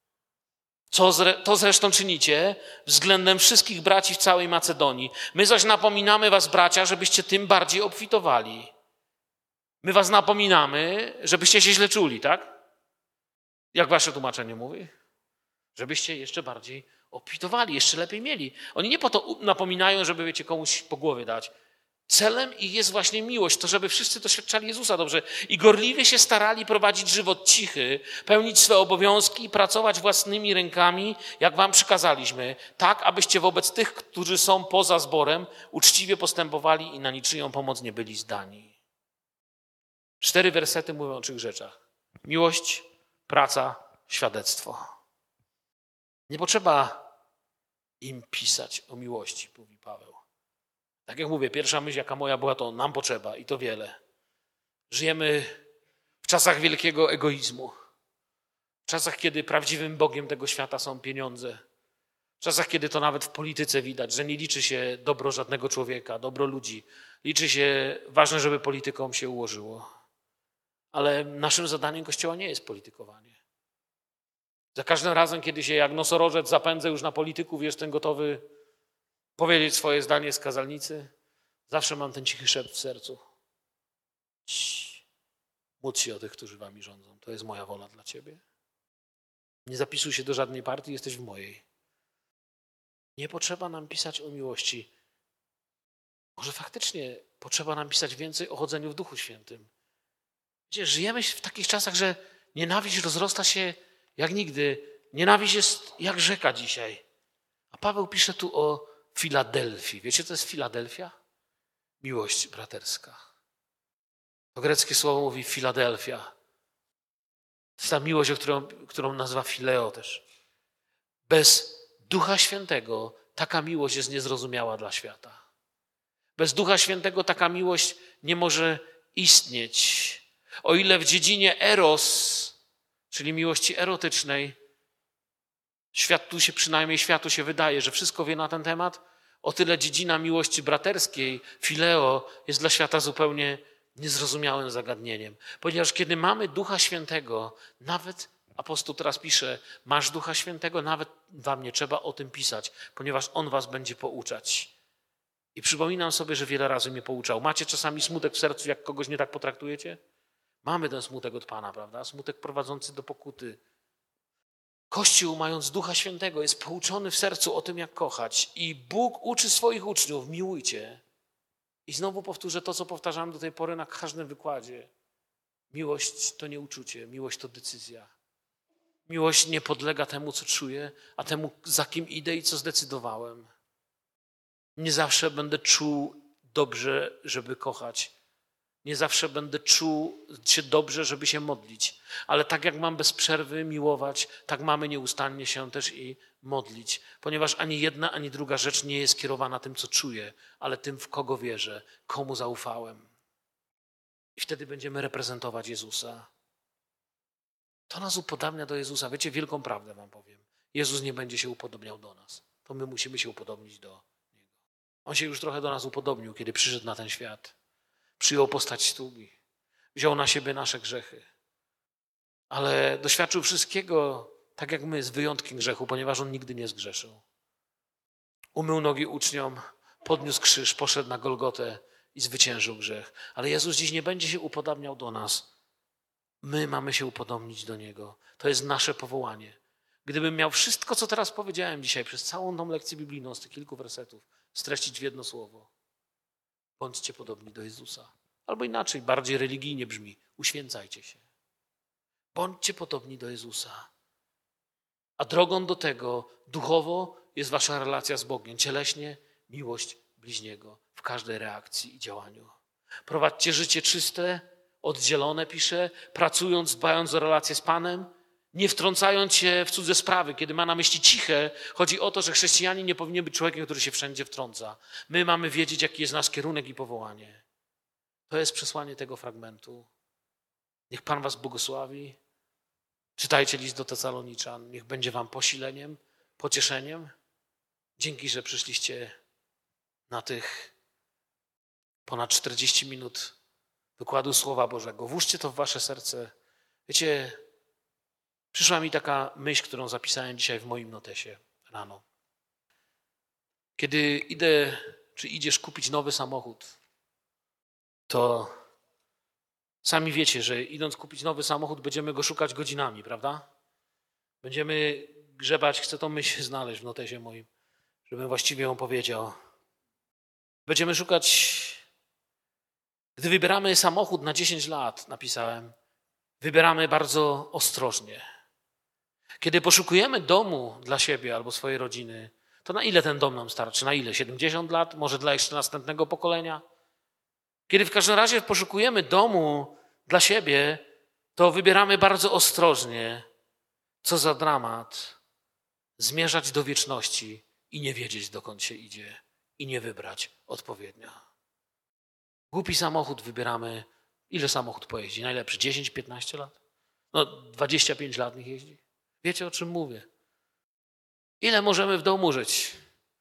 Co zre, to zresztą czynicie względem wszystkich braci w całej Macedonii. My zaś napominamy was, bracia, żebyście tym bardziej obfitowali. My was napominamy, żebyście się źle czuli, tak? Jak wasze tłumaczenie mówi? Żebyście jeszcze bardziej obfitowali, jeszcze lepiej mieli. Oni nie po to napominają, żeby, wiecie, komuś po głowie dać. Celem ich jest właśnie miłość, to żeby wszyscy doświadczali Jezusa dobrze i gorliwie się starali prowadzić żywot cichy, pełnić swe obowiązki i pracować własnymi rękami, jak wam przykazaliśmy, tak, abyście wobec tych, którzy są poza zborem, uczciwie postępowali i na niczyją pomoc nie byli zdani. Cztery wersety mówią o trzech rzeczach. Miłość, praca, świadectwo. Nie potrzeba im pisać o miłości, mówi Paweł. Tak jak mówię, pierwsza myśl, jaka moja była, to nam potrzeba i to wiele. Żyjemy w czasach wielkiego egoizmu. W czasach, kiedy prawdziwym Bogiem tego świata są pieniądze. W czasach, kiedy to nawet w polityce widać, że nie liczy się dobro żadnego człowieka, dobro ludzi. Liczy się, ważne, żeby politykom się ułożyło. Ale naszym zadaniem Kościoła nie jest politykowanie. Za każdym razem, kiedy się jak nosorożec zapędzę już na polityków, jestem gotowy powiedzieć swoje zdanie z kazalnicy, zawsze mam ten cichy szept w sercu. Cii. Módl się o tych, którzy wami rządzą. To jest moja wola dla ciebie. Nie zapisuj się do żadnej partii, jesteś w mojej. Nie potrzeba nam pisać o miłości. Może faktycznie potrzeba nam pisać więcej o chodzeniu w Duchu Świętym. Wiecie, żyjemy w takich czasach, że nienawiść rozrosta się jak nigdy. Nienawiść jest jak rzeka dzisiaj. A Paweł pisze tu o Filadelfii. Wiecie, co jest Filadelfia? Miłość braterska. To greckie słowo mówi Filadelfia. To jest ta miłość, o którą, którą nazywa Fileo też. Bez Ducha Świętego taka miłość jest niezrozumiała dla świata. Bez Ducha Świętego taka miłość nie może istnieć. O ile w dziedzinie eros, czyli miłości erotycznej, świat tu się, przynajmniej światu się wydaje, że wszystko wie na ten temat, o tyle dziedzina miłości braterskiej, fileo, jest dla świata zupełnie niezrozumiałym zagadnieniem. Ponieważ kiedy mamy Ducha Świętego, nawet apostoł teraz pisze, masz Ducha Świętego, nawet wam nie trzeba o tym pisać, ponieważ On was będzie pouczać. I przypominam sobie, że wiele razy mnie pouczał. Macie czasami smutek w sercu, jak kogoś nie tak potraktujecie? Mamy ten smutek od Pana, prawda? Smutek prowadzący do pokuty. Kościół, mając Ducha Świętego, jest pouczony w sercu o tym, jak kochać. I Bóg uczy swoich uczniów, miłujcie. I znowu powtórzę to, co powtarzałem do tej pory na każdym wykładzie. Miłość to nie uczucie, miłość to decyzja. Miłość nie podlega temu, co czuję, a temu, za kim idę i co zdecydowałem. Nie zawsze będę czuł dobrze, żeby kochać. Nie zawsze będę czuł się dobrze, żeby się modlić. Ale tak jak mam bez przerwy miłować, tak mamy nieustannie się też i modlić. Ponieważ ani jedna, ani druga rzecz nie jest kierowana tym, co czuję, ale tym, w kogo wierzę, komu zaufałem. I wtedy będziemy reprezentować Jezusa. To nas upodabnia do Jezusa. Wiecie, wielką prawdę wam powiem. Jezus nie będzie się upodobniał do nas. To my musimy się upodobnić do Niego. On się już trochę do nas upodobnił, kiedy przyszedł na ten świat. Przyjął postać sługi. Wziął na siebie nasze grzechy. Ale doświadczył wszystkiego tak jak my, z wyjątkiem grzechu, ponieważ On nigdy nie zgrzeszył. Umył nogi uczniom, podniósł krzyż, poszedł na Golgotę i zwyciężył grzech. Ale Jezus dziś nie będzie się upodabniał do nas. My mamy się upodobnić do Niego. To jest nasze powołanie. Gdybym miał wszystko, co teraz powiedziałem dzisiaj, przez całą tą lekcję biblijną z tych kilku wersetów, streścić w jedno słowo. Bądźcie podobni do Jezusa. Albo inaczej, bardziej religijnie brzmi. Uświęcajcie się. Bądźcie podobni do Jezusa. A drogą do tego duchowo jest wasza relacja z Bogiem. Cieleśnie miłość bliźniego w każdej reakcji i działaniu. Prowadźcie życie czyste, oddzielone, pisze, pracując, dbając o relacje z Panem, nie wtrącając się w cudze sprawy. Kiedy ma na myśli ciche, chodzi o to, że chrześcijanin nie powinien być człowiekiem, który się wszędzie wtrąca. My mamy wiedzieć, jaki jest nasz kierunek i powołanie. To jest przesłanie tego fragmentu. Niech Pan was błogosławi. Czytajcie list do Tesaloniczan. Niech będzie wam posileniem, pocieszeniem. Dzięki, że przyszliście na tych ponad czterdzieści minut wykładu Słowa Bożego. Włóżcie to w wasze serce. Wiecie, przyszła mi taka myśl, którą zapisałem dzisiaj w moim notesie rano. Kiedy idę, czy idziesz kupić nowy samochód, to sami wiecie, że idąc kupić nowy samochód, będziemy go szukać godzinami, prawda? Będziemy grzebać, chcę tą myśl znaleźć w notesie moim, żebym właściwie ją powiedział. Będziemy szukać, gdy wybieramy samochód na dziesięć lat, napisałem, wybieramy bardzo ostrożnie. Kiedy poszukujemy domu dla siebie albo swojej rodziny, to na ile ten dom nam starczy? Na ile? siedemdziesiąt lat? Może dla jeszcze następnego pokolenia? Kiedy w każdym razie poszukujemy domu dla siebie, to wybieramy bardzo ostrożnie. Co za dramat. Zmierzać do wieczności i nie wiedzieć, dokąd się idzie i nie wybrać odpowiednio. Głupi samochód wybieramy. Ile samochód pojeździ? Najlepszy? dziesięć piętnaście lat? No dwadzieścia pięć lat niech jeździ. Wiecie, o czym mówię? Ile możemy w domu żyć?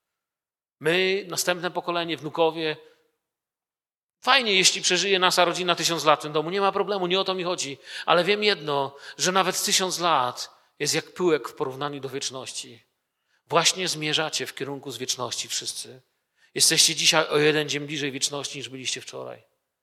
My, następne pokolenie, wnukowie. Fajnie, jeśli przeżyje nasza rodzina tysiąc lat w tym domu. Nie ma problemu, nie o to mi chodzi. Ale wiem jedno, że nawet tysiąc lat jest jak pyłek w porównaniu do wieczności. Właśnie zmierzacie w kierunku z wieczności wszyscy. Jesteście dzisiaj o jeden dzień bliżej wieczności niż byliście wczoraj.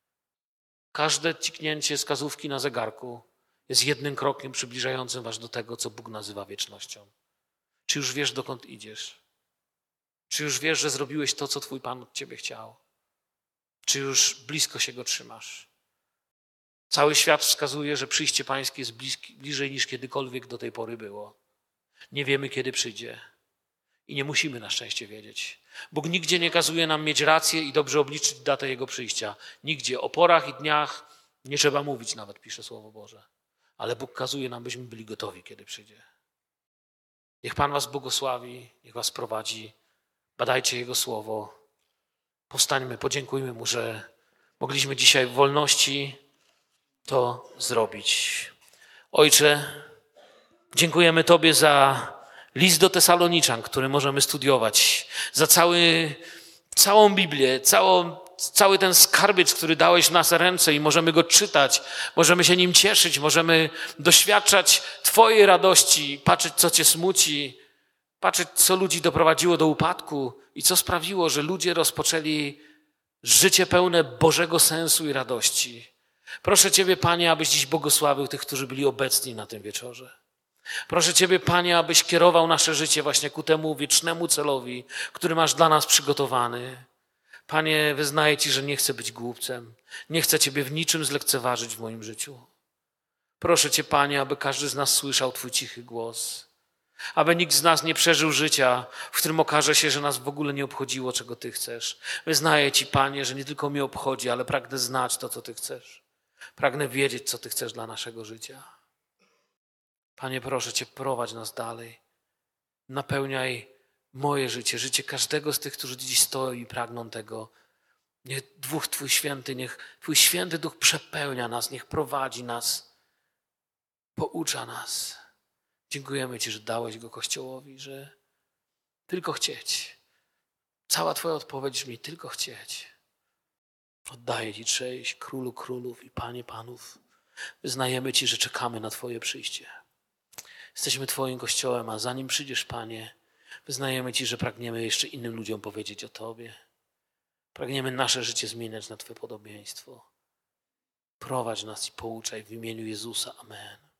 Każde ciknięcie wskazówki na zegarku jest jednym krokiem przybliżającym was do tego, co Bóg nazywa wiecznością. Czy już wiesz, dokąd idziesz? Czy już wiesz, że zrobiłeś to, co twój Pan od ciebie chciał? Czy już blisko się go trzymasz? Cały świat wskazuje, że przyjście Pańskie jest bliski, bliżej niż kiedykolwiek do tej pory było. Nie wiemy, kiedy przyjdzie. I nie musimy na szczęście wiedzieć. Bóg nigdzie nie kazuje nam mieć rację i dobrze obliczyć datę Jego przyjścia. Nigdzie o porach i dniach nie trzeba mówić nawet, pisze Słowo Boże. Ale Bóg kazuje nam, byśmy byli gotowi, kiedy przyjdzie. Niech Pan was błogosławi, niech was prowadzi. Badajcie Jego Słowo. Powstańmy, podziękujmy Mu, że mogliśmy dzisiaj w wolności to zrobić. Ojcze, dziękujemy Tobie za list do Tesaloniczan, który możemy studiować, za cały, całą Biblię, całą, cały ten skarbiec, który dałeś w nasze ręce i możemy go czytać, możemy się nim cieszyć, możemy doświadczać Twojej radości, patrzeć, co Cię smuci, patrzeć, co ludzi doprowadziło do upadku i co sprawiło, że ludzie rozpoczęli życie pełne Bożego sensu i radości. Proszę Ciebie, Panie, abyś dziś błogosławił tych, którzy byli obecni na tym wieczorze. Proszę Ciebie, Panie, abyś kierował nasze życie właśnie ku temu wiecznemu celowi, który masz dla nas przygotowany. Panie, wyznaję Ci, że nie chcę być głupcem. Nie chcę Ciebie w niczym zlekceważyć w moim życiu. Proszę Cię, Panie, aby każdy z nas słyszał Twój cichy głos. Aby nikt z nas nie przeżył życia, w którym okaże się, że nas w ogóle nie obchodziło, czego Ty chcesz. Wyznaję Ci, Panie, że nie tylko mnie obchodzi, ale pragnę znać to, co Ty chcesz. Pragnę wiedzieć, co Ty chcesz dla naszego życia. Panie, proszę Cię, prowadź nas dalej. Napełniaj moje życie, życie każdego z tych, którzy dziś stoją i pragną tego. Niech Duch Twój Święty, niech Twój Święty Duch przepełnia nas, niech prowadzi nas, poucza nas. Dziękujemy Ci, że dałeś go Kościołowi, że tylko chcieć. Cała Twoja odpowiedź brzmi tylko chcieć. Oddaję Ci cześć, Królu Królów i Panie Panów. Wyznajemy Ci, że czekamy na Twoje przyjście. Jesteśmy Twoim Kościołem, a zanim przyjdziesz, Panie, wyznajemy Ci, że pragniemy jeszcze innym ludziom powiedzieć o Tobie. Pragniemy nasze życie zmieniać na Twoje podobieństwo. Prowadź nas i pouczaj w imieniu Jezusa. Amen.